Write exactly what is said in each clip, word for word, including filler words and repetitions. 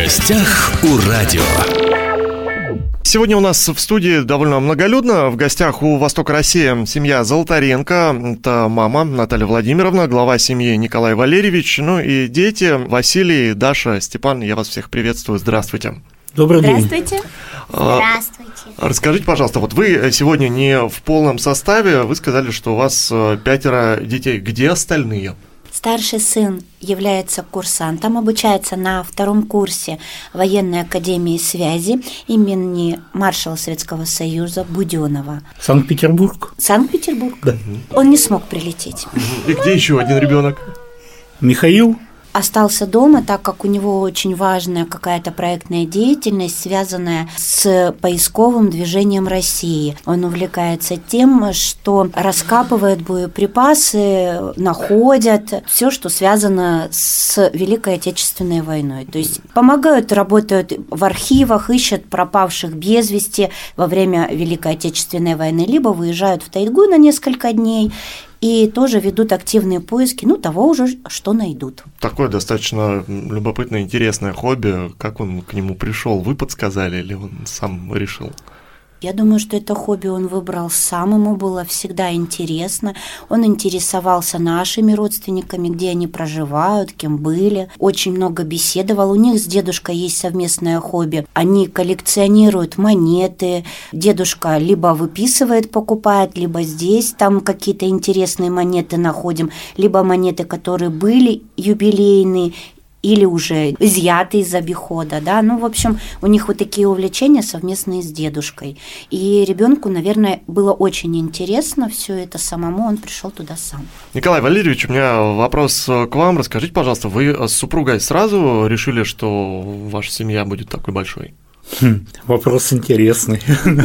гостях у радио. Сегодня у нас в студии довольно многолюдно. В гостях у «Восток России» семья Золотаренко. Это мама Наталья Владимировна, глава семьи Николай Валерьевич, ну и дети Василий, Даша, Степан. Я вас всех приветствую. Здравствуйте. Добрый день. Здравствуйте. Здравствуйте. Расскажите, пожалуйста, вот вы сегодня не в полном составе. Вы сказали, что у вас пятеро детей. Где остальные? Старший сын является курсантом, обучается на втором курсе военной академии связи имени маршала Советского Союза Будённого. Санкт-Петербург. Санкт-Петербург. Да. Он не смог прилететь. И где еще один ребенок? Михаил. Остался дома, так как у него очень важная какая-то проектная деятельность, связанная с поисковым движением России. Он увлекается тем, что раскапывает боеприпасы, находят все, что связано с Великой Отечественной войной. То есть помогают, работают в архивах, ищут пропавших без вести во время Великой Отечественной войны, либо выезжают в тайгу на несколько дней и тоже ведут активные поиски, ну, того уже, что найдут. Такое достаточно любопытное, интересное хобби. Как он к нему пришел? Вы подсказали или он сам решил? Я думаю, что это хобби он выбрал сам, ему было всегда интересно. Он интересовался нашими родственниками, где они проживают, кем были. Очень много беседовал. У них с дедушкой есть совместное хобби. Они коллекционируют монеты. Дедушка либо выписывает, покупает, либо здесь там какие-то интересные монеты находим, либо монеты, которые были юбилейные, или уже изъяты из обихода, да, ну, в общем, у них вот такие увлечения совместные с дедушкой. И ребенку, наверное, было очень интересно все это самому, он пришел туда сам. Николай Валерьевич, у меня вопрос к вам. Расскажите, пожалуйста, вы с супругой сразу решили, что ваша семья будет такой большой? Хм, вопрос интересный.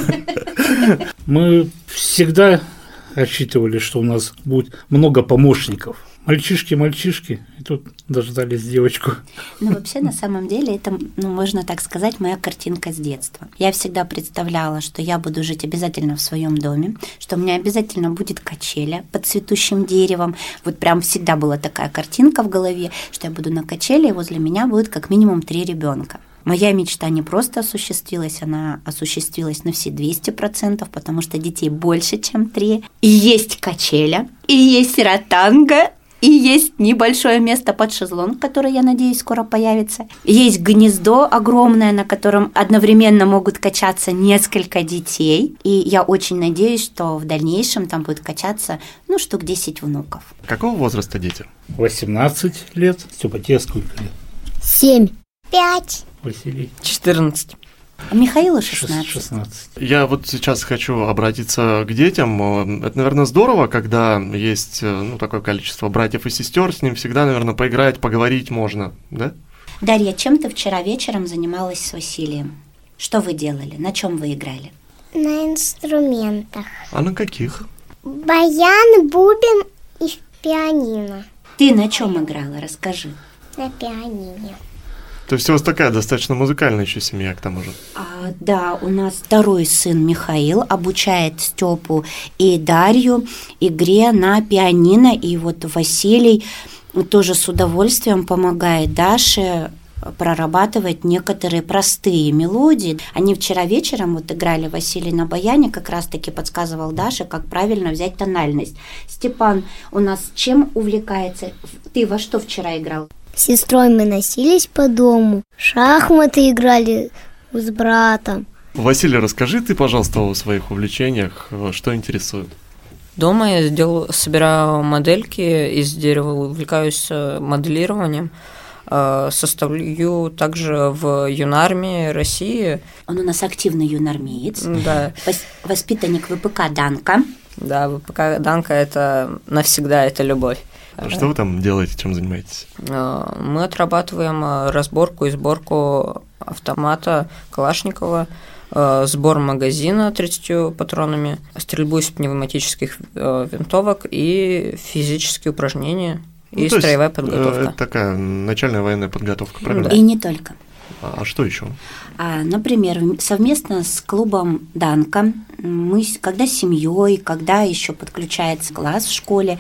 Мы всегда рассчитывали, что у нас будет много помощников. Мальчишки, мальчишки, и тут дождались девочку. Ну, вообще, на самом деле, это, ну, можно так сказать, моя картинка с детства. Я всегда представляла, что я буду жить обязательно в своем доме, что у меня обязательно будет качеля под цветущим деревом. Вот прям всегда была такая картинка в голове, что я буду на качеле, и возле меня будет как минимум три ребенка. Моя мечта не просто осуществилась, она осуществилась на все двести процентов, потому что детей больше, чем три. И есть качеля, и есть ротанга, и есть небольшое место под шезлонг, которое, я надеюсь, скоро появится. Есть гнездо огромное, на котором одновременно могут качаться несколько детей. И я очень надеюсь, что в дальнейшем там будет качаться, ну, штук десять внуков. Какого возраста дети? восемнадцать лет. Степа, тебе сколько лет? Семь. Пять. Василий? четырнадцать. А Михаилу шестнадцать. шестнадцать. Я вот сейчас хочу обратиться к детям. Это, наверное, здорово, когда есть, ну, такое количество братьев и сестер, с ним всегда, наверное, поиграть, поговорить можно, да? Дарья, чем ты вчера вечером занималась с Василием? Что вы делали? На чем вы играли? На инструментах. А на каких? Баян, бубен и пианино. Ты на чем играла? Расскажи. На пианине. То есть у вас такая достаточно музыкальная еще семья, к тому же. А, да, у нас второй сын Михаил обучает Степу и Дарью игре на пианино, и вот Василий тоже с удовольствием помогает Даше прорабатывать некоторые простые мелодии. Они вчера вечером вот играли, Василий на баяне, как раз-таки подсказывал Даше, как правильно взять тональность. Степан у нас чем увлекается? Ты во что вчера играл? С сестрой мы носились по дому, шахматы играли с братом. Василий, расскажи ты, пожалуйста, о своих увлечениях, что интересует. Дома я сделал, собираю модельки из дерева, увлекаюсь моделированием, составляю также в юнармии России. Он у нас активный юнармеец, да. Воспитанник ВПК «Данка». Да, ВПК «Данка» – это навсегда, это любовь. А что вы там делаете, чем занимаетесь? Мы отрабатываем разборку и сборку автомата Калашникова, сбор магазина тридцатью патронами, стрельбу из пневматических винтовок и физические упражнения, и ну, строевая подготовка. Это такая начальная военная подготовка, правильно? И не только. А что еще? Например, совместно с клубом «Данка», мы, когда с семьей, когда еще подключается класс в школе,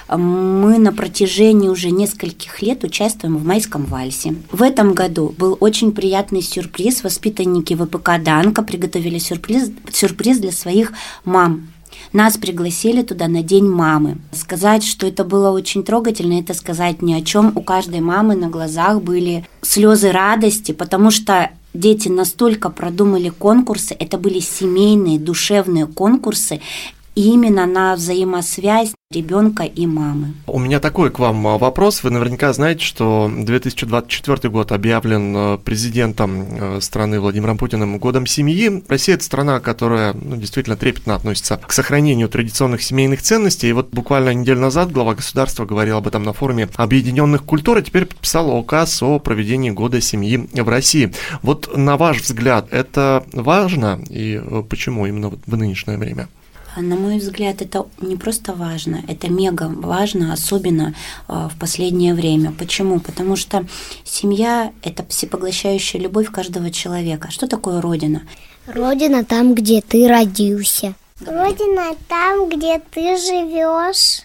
мы на протяжении уже нескольких лет участвуем в майском вальсе. В этом году был очень приятный сюрприз. Воспитанники ВПК «Данка» приготовили сюрприз, сюрприз для своих мам. Нас пригласили туда на День мамы. Сказать, что это было очень трогательно, это сказать ни о чем. У каждой мамы на глазах были слезы радости, потому что дети настолько продумали конкурсы, это были семейные, душевные конкурсы, именно на взаимосвязь ребенка и мамы. У меня такой к вам вопрос. Вы наверняка знаете, что две тысячи двадцать четвёртый год объявлен президентом страны Владимиром Путиным годом семьи. Россия – это страна, которая ну, действительно трепетно относится к сохранению традиционных семейных ценностей. И вот буквально неделю назад глава государства говорил об этом на форуме Объединенных культур, а теперь подписал указ о проведении года семьи в России. Вот на ваш взгляд, это важно и почему именно в нынешнее время? На мой взгляд, это не просто важно, это мега важно, особенно в последнее время. Почему? Потому что семья – это всепоглощающая любовь каждого человека. Что такое Родина? Родина там, где ты родился. Родина там, где ты живешь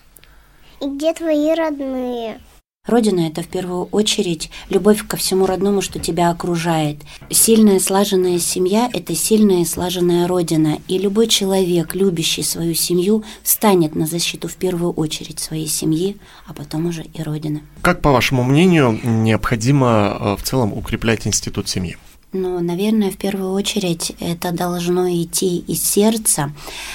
и где твои родные. Родина – это в первую очередь любовь ко всему родному, что тебя окружает. Сильная слаженная семья – это сильная слаженная Родина. И любой человек, любящий свою семью, встанет на защиту в первую очередь своей семьи, а потом уже и Родины. Как, по вашему мнению, необходимо в целом укреплять институт семьи? Ну, наверное, в первую очередь это должно идти из сердца,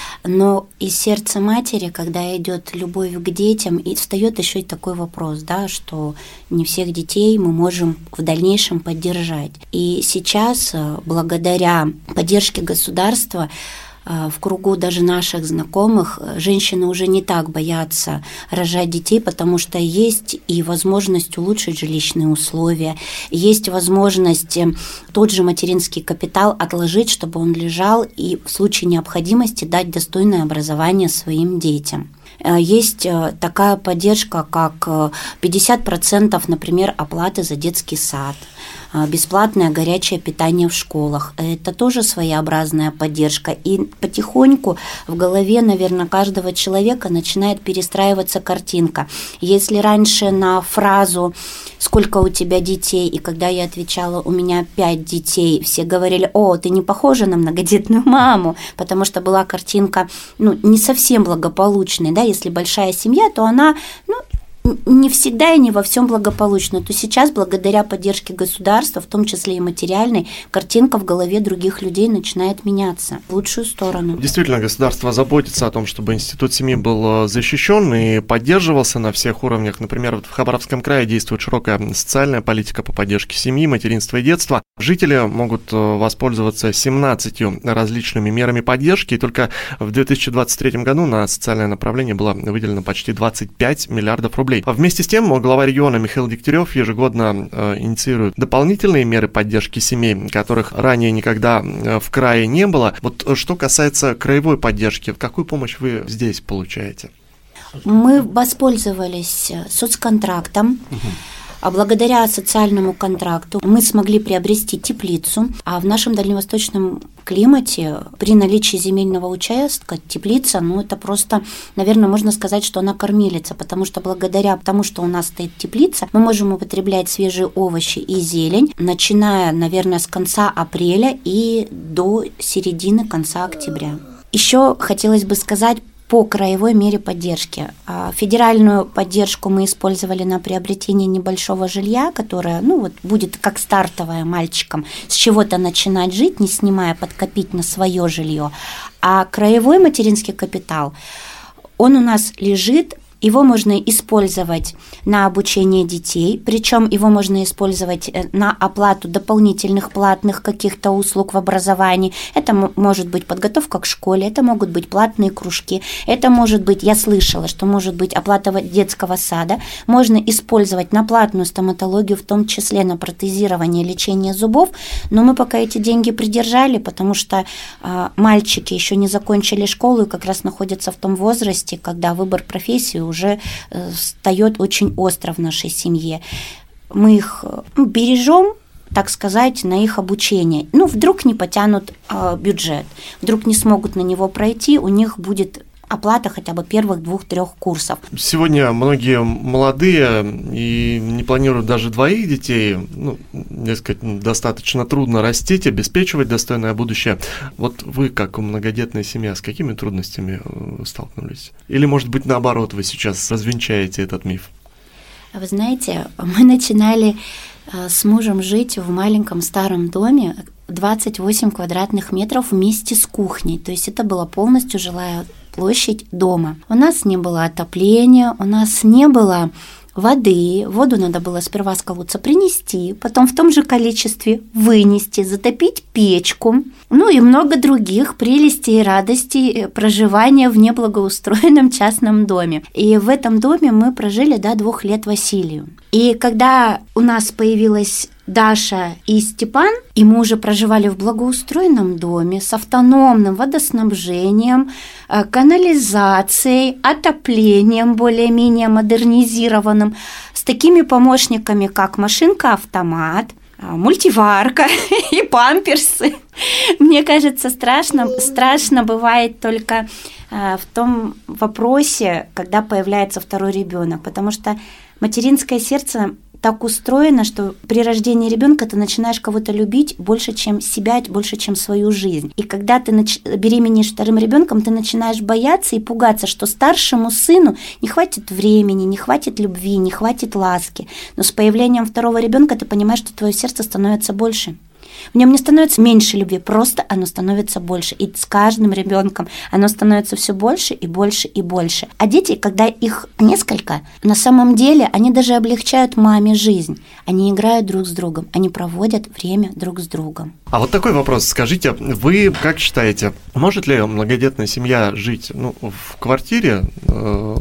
но из сердца матери, когда идет любовь к детям, и встает еще и такой вопрос, да, что не всех детей мы можем в дальнейшем поддержать. И сейчас, благодаря поддержке государства, в кругу даже наших знакомых женщины уже не так боятся рожать детей, потому что есть и возможность улучшить жилищные условия, есть возможность тот же материнский капитал отложить, чтобы он лежал, и в случае необходимости дать достойное образование своим детям. Есть такая поддержка, как пятьдесят процентов, например, оплаты за детский сад, бесплатное горячее питание в школах. Это тоже своеобразная поддержка. И потихоньку в голове, наверное, каждого человека начинает перестраиваться картинка. Если раньше на фразу «Сколько у тебя детей?» и когда я отвечала «У меня пять детей», все говорили «О, ты не похожа на многодетную маму», потому что была картинка ну, не совсем благополучной. Да? Если большая семья, то она... Ну, не всегда и не во всем благополучно, то сейчас, благодаря поддержке государства, в том числе и материальной, картинка в голове других людей начинает меняться в лучшую сторону. Действительно, государство заботится о том, чтобы институт семьи был защищен и поддерживался на всех уровнях. Например, в Хабаровском крае действует широкая социальная политика по поддержке семьи, материнства и детства. Жители могут воспользоваться семнадцатью различными мерами поддержки, и только в две тысячи двадцать третьем году на социальное направление было выделено почти двадцать пять миллиардов рублей. Вместе с тем, глава региона Михаил Дегтярев ежегодно э, инициирует дополнительные меры поддержки семей, которых ранее никогда в крае не было. Вот что касается краевой поддержки, какую помощь вы здесь получаете? Мы воспользовались соцконтрактом. Угу. А благодаря социальному контракту мы смогли приобрести теплицу, а в нашем дальневосточном климате при наличии земельного участка теплица, ну это просто, наверное, можно сказать, что она кормилица, потому что благодаря тому, что у нас стоит теплица, мы можем употреблять свежие овощи и зелень, начиная, наверное, с конца апреля и до середины конца октября. Еще хотелось бы сказать по краевой мере поддержки. Федеральную поддержку мы использовали на приобретение небольшого жилья, которое ну, вот, будет как стартовое мальчикам, с чего-то начинать жить, не снимая, подкопить на свое жилье. А краевой материнский капитал, он у нас лежит. Его можно использовать на обучение детей, причем его можно использовать на оплату дополнительных платных каких-то услуг в образовании. Это может быть подготовка к школе, это могут быть платные кружки, это может быть, я слышала, что может быть оплата детского сада, можно использовать на платную стоматологию, в том числе на протезирование, лечение зубов, но мы пока эти деньги придержали, потому что э, мальчики еще не закончили школу и как раз находятся в том возрасте, когда выбор профессии уже встает очень остро в нашей семье. Мы их ну, бережем, так сказать, на их обучение. Ну, вдруг не потянут э, бюджет, вдруг не смогут на него пройти, у них будет оплата хотя бы первых двух-трех курсов. Сегодня многие молодые и не планируют даже двоих детей. Ну, дескать, достаточно трудно растить, обеспечивать достойное будущее. Вот вы, как многодетная семья, с какими трудностями столкнулись? Или, может быть, наоборот, вы сейчас развенчаете этот миф? Вы знаете, мы начинали с мужем жить в маленьком старом доме, двадцать восемь квадратных метров вместе с кухней. То есть это была полностью жилая площадь дома. У нас не было отопления, у нас не было воды. Воду надо было сперва с колодца принести, потом в том же количестве вынести, затопить печку. Ну и много других прелестей и радостей проживания в неблагоустроенном частном доме. И в этом доме мы прожили до двух лет Василию. И когда у нас появилась Даша и Степан, и мы уже проживали в благоустроенном доме с автономным водоснабжением, канализацией, отоплением более-менее модернизированным, с такими помощниками, как машинка-автомат, мультиварка и памперсы. Мне кажется, страшно, страшно бывает только в том вопросе, когда появляется второй ребенок, потому что материнское сердце так устроено, что при рождении ребенка ты начинаешь кого-то любить больше, чем себя, больше, чем свою жизнь. И когда ты нач... беременеешь вторым ребенком, ты начинаешь бояться и пугаться, что старшему сыну не хватит времени, не хватит любви, не хватит ласки. Но с появлением второго ребенка ты понимаешь, что твое сердце становится больше. В нем не становится меньше любви, просто оно становится больше. И с каждым ребенком оно становится все больше и больше и больше. А дети, когда их несколько, на самом деле они даже облегчают маме жизнь. Они играют друг с другом, они проводят время друг с другом. А вот такой вопрос. Скажите, вы как считаете, может ли многодетная семья жить ну, в квартире, э,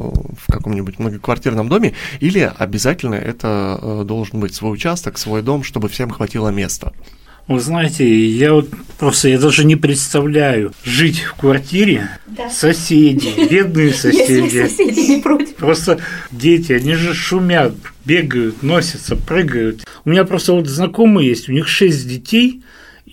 в каком-нибудь многоквартирном доме, или обязательно это э, должен быть свой участок, свой дом, чтобы всем хватило места? Вы знаете, я вот просто я даже не представляю жить в квартире, да. Соседи, бедные соседи. Если соседи не против. Просто дети, они же шумят, бегают, носятся, прыгают. У меня просто вот знакомые есть, у них шесть детей,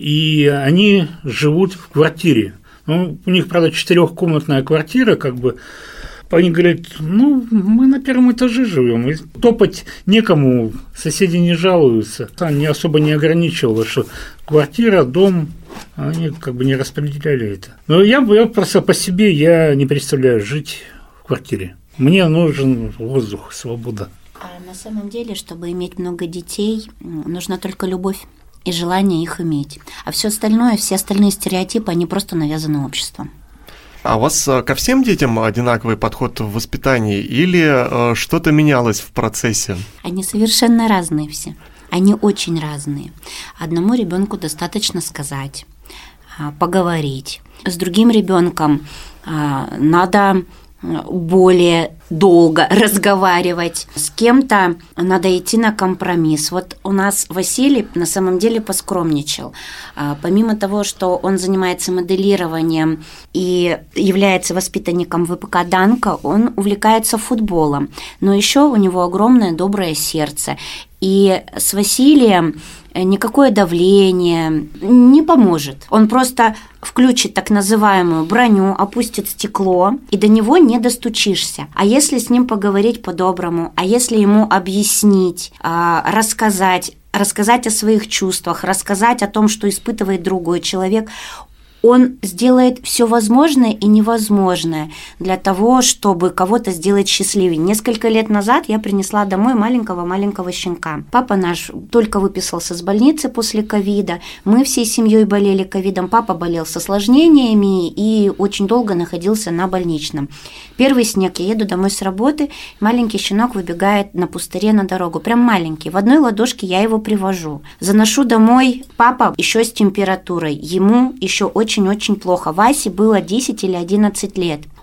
и они живут в квартире. Ну, у них, правда, четырехкомнатная квартира, как бы. Они говорят, ну, мы на первом этаже живем, и топать некому, соседи не жалуются. Там не особо не ограничивало, что квартира, дом, они как бы не распределяли это. Но я, я просто по себе, я не представляю жить в квартире. Мне нужен воздух, свобода. А на самом деле, чтобы иметь много детей, нужна только любовь и желание их иметь. А все остальное, все остальные стереотипы, они просто навязаны обществом. А у вас ко всем детям одинаковый подход в воспитании или что-то менялось в процессе? Они совершенно разные все. Они очень разные. Одному ребенку достаточно сказать, поговорить. С другим ребенком надо более долго разговаривать. С кем-то надо идти на компромисс. Вот у нас Василий на самом деле поскромничал. Помимо того, что он занимается моделированием и является воспитанником ВПК «Данка», он увлекается футболом. Но еще у него огромное доброе сердце. И с Василием никакое давление не поможет. Он просто включит так называемую броню, опустит стекло, и до него не достучишься. А если с ним поговорить по-доброму, а если ему объяснить, рассказать, рассказать о своих чувствах, рассказать о том, что испытывает другой человек, он сделает все возможное и невозможное для того, чтобы кого-то сделать счастливее. Несколько лет назад я принесла домой маленького-маленького щенка. Папа наш только выписался с больницы после ковида. Мы всей семьей болели ковидом. Папа болел с осложнениями и очень долго находился на больничном. Первый снег, я еду домой с работы, маленький щенок выбегает на пустыре на дорогу. Прям маленький. В одной ладошке я его привожу. Заношу домой. Папа еще с температурой. Ему еще очень очень-очень плохо. Васе было десять или одиннадцать лет.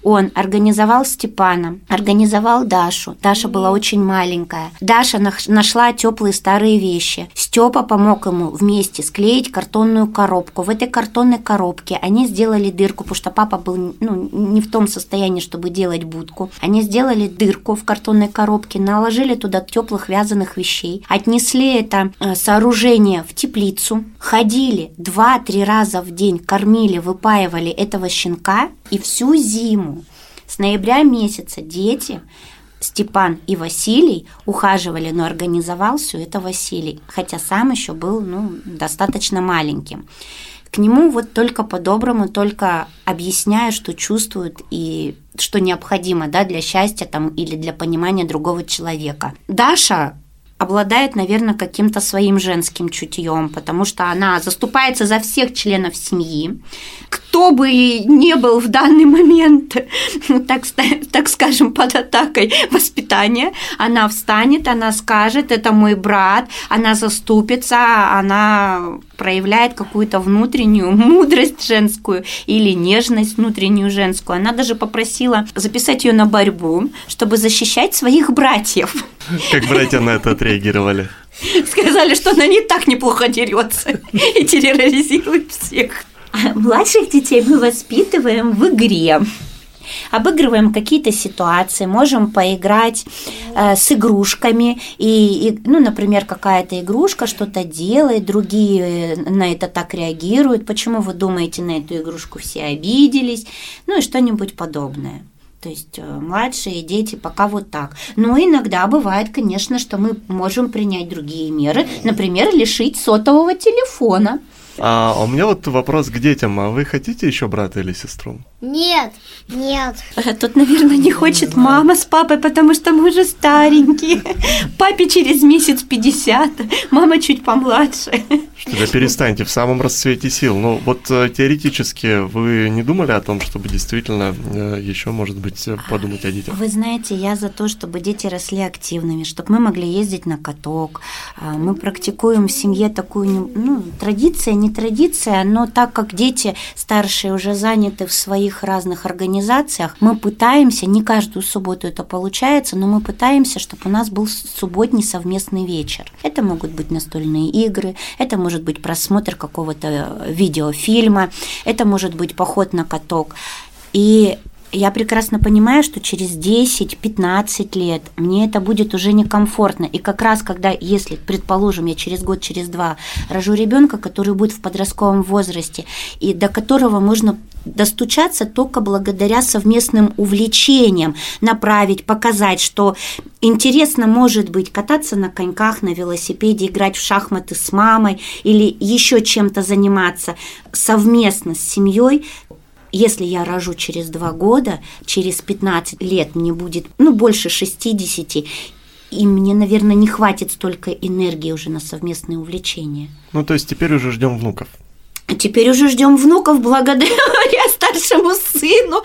Он организовал Степана, организовал Дашу. Даша была очень маленькая. Даша нашла теплые старые вещи. Степа помог ему вместе склеить картонную коробку. В этой картонной коробке они сделали дырку, потому что папа был ну, не в том состоянии, чтобы делать будку. Они сделали дырку в картонной коробке, наложили туда теплых вязаных вещей, отнесли это сооружение в теплицу, ходили два-три раза в день, кормили, выпаивали этого щенка, и всю зиму с ноября месяца дети, Степан и Василий, ухаживали, но организовал все это Василий, хотя сам еще был ну, достаточно маленьким. К нему вот только по-доброму, только объясняя, что чувствует и что необходимо да, для счастья там, или для понимания другого человека. Даша обладает, наверное, каким-то своим женским чутьем, потому что она заступается за всех членов семьи. Кто бы ни был в данный момент, так, так скажем, под атакой воспитания, она встанет, она скажет: это мой брат, она заступится, она проявляет какую-то внутреннюю мудрость женскую или нежность внутреннюю женскую. Она даже попросила записать ее на борьбу, чтобы защищать своих братьев. Как братья на это отреагировали? Сказали, что она не так неплохо дерется и терроризирует всех. Младших детей мы воспитываем в игре. Обыгрываем какие-то ситуации, можем поиграть э, с игрушками. И, и, ну, например, какая-то игрушка что-то делает, другие на это так реагируют. Почему вы думаете, на эту игрушку все обиделись? Ну и что-нибудь подобное. То есть младшие дети пока вот так. Но иногда бывает, конечно, что мы можем принять другие меры, например, лишить сотового телефона. А у меня вот вопрос к детям. А вы хотите еще брата или сестру? Нет, нет. Тут, наверное, не хочет мама с папой, потому что мы уже старенькие. Папе через месяц пятьдесят, мама чуть помладше. Что да перестаньте, в самом расцвете сил. Ну вот теоретически вы не думали о том, чтобы действительно еще, может быть, подумать о детях? Вы знаете, я за то, чтобы дети росли активными, чтобы мы могли ездить на каток. Мы практикуем в семье такую, ну, традицию, не традиция, но так как дети старшие уже заняты в своих разных организациях, мы пытаемся, не каждую субботу это получается, но мы пытаемся, чтобы у нас был субботний совместный вечер. Это могут быть настольные игры, это может быть просмотр какого-то видеофильма, это может быть поход на каток. И я прекрасно понимаю, что через десять-пятнадцать лет мне это будет уже некомфортно. И как раз когда, если, предположим, я через год, через два рожу ребенка, который будет в подростковом возрасте, и до которого можно достучаться только благодаря совместным увлечениям, направить, показать, что интересно может быть кататься на коньках, на велосипеде, играть в шахматы с мамой или еще чем-то заниматься совместно с семьей. Если я рожу через два года, через пятнадцать лет мне будет, ну, больше шестидесяти, и мне, наверное, не хватит столько энергии уже на совместные увлечения. Ну, то есть теперь уже ждем внуков. Теперь уже ждем внуков благодаря старшему сыну.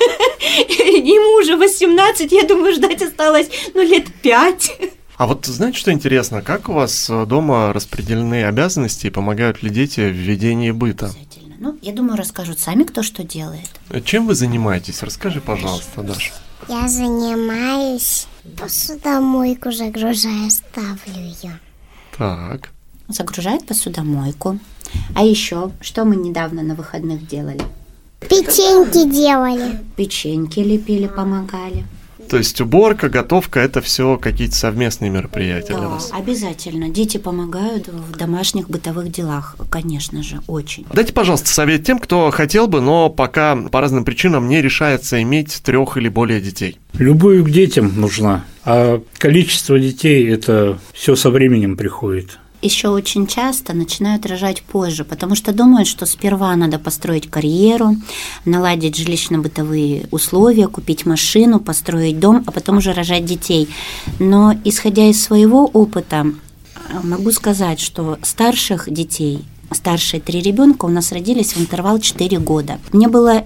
Ему уже восемнадцать, я думаю, ждать осталось, ну, лет пять. А вот знаете, что интересно? Как у вас дома распределены обязанности и помогают ли дети в ведении быта? Ну, я думаю, расскажут сами, кто что делает. Чем вы занимаетесь? Расскажи, пожалуйста, Даша. Я занимаюсь, посудомойку загружаю, ставлю ее. Так. Загружает посудомойку. А еще, что мы недавно на выходных делали? Печеньки делали. Печеньки лепили, помогали. То есть уборка, готовка – это все какие-то совместные мероприятия да, для вас? Обязательно. Дети помогают в домашних бытовых делах, конечно же, очень. Дайте, пожалуйста, совет тем, кто хотел бы, но пока по разным причинам не решается иметь трех или более детей. Любовь к детям нужна, а количество детей – это все со временем приходит. Еще очень часто начинают рожать позже, потому что думают, что сперва надо построить карьеру, наладить жилищно-бытовые условия, купить машину, построить дом, а потом уже рожать детей. Но, исходя из своего опыта, могу сказать, что старших детей, старшие три ребенка у нас родились в интервал четыре года. Мне было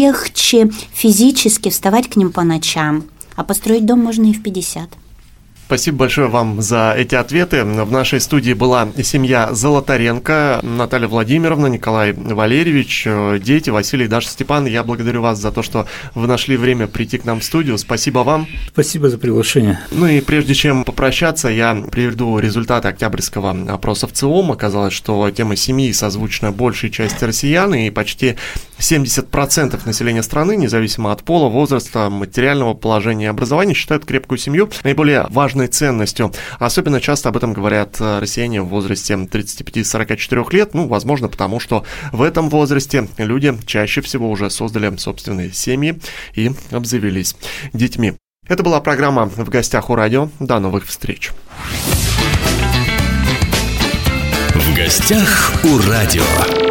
легче физически вставать к ним по ночам, а построить дом можно и в пятьдесят. Спасибо большое вам за эти ответы. В нашей студии была семья Золотаренко, Наталья Владимировна, Николай Валерьевич, дети Василий и Даша Степан. Я благодарю вас за то, что вы нашли время прийти к нам в студию. Спасибо вам. Спасибо за приглашение. Ну и прежде чем попрощаться, я приведу результаты октябрьского опроса в ЦИОМ. Оказалось, что тема семьи созвучна большей части россиян, и почти семьдесят процентов населения страны, независимо от пола, возраста, материального положения и образования, считают крепкую семью наиболее важной ценностью. Особенно часто об этом говорят россияне в возрасте тридцати пяти - сорока четырёх лет. Ну, возможно, потому что в этом возрасте люди чаще всего уже создали собственные семьи и обзавелись детьми. Это была программа «В гостях у радио». До новых встреч. В гостях у радио.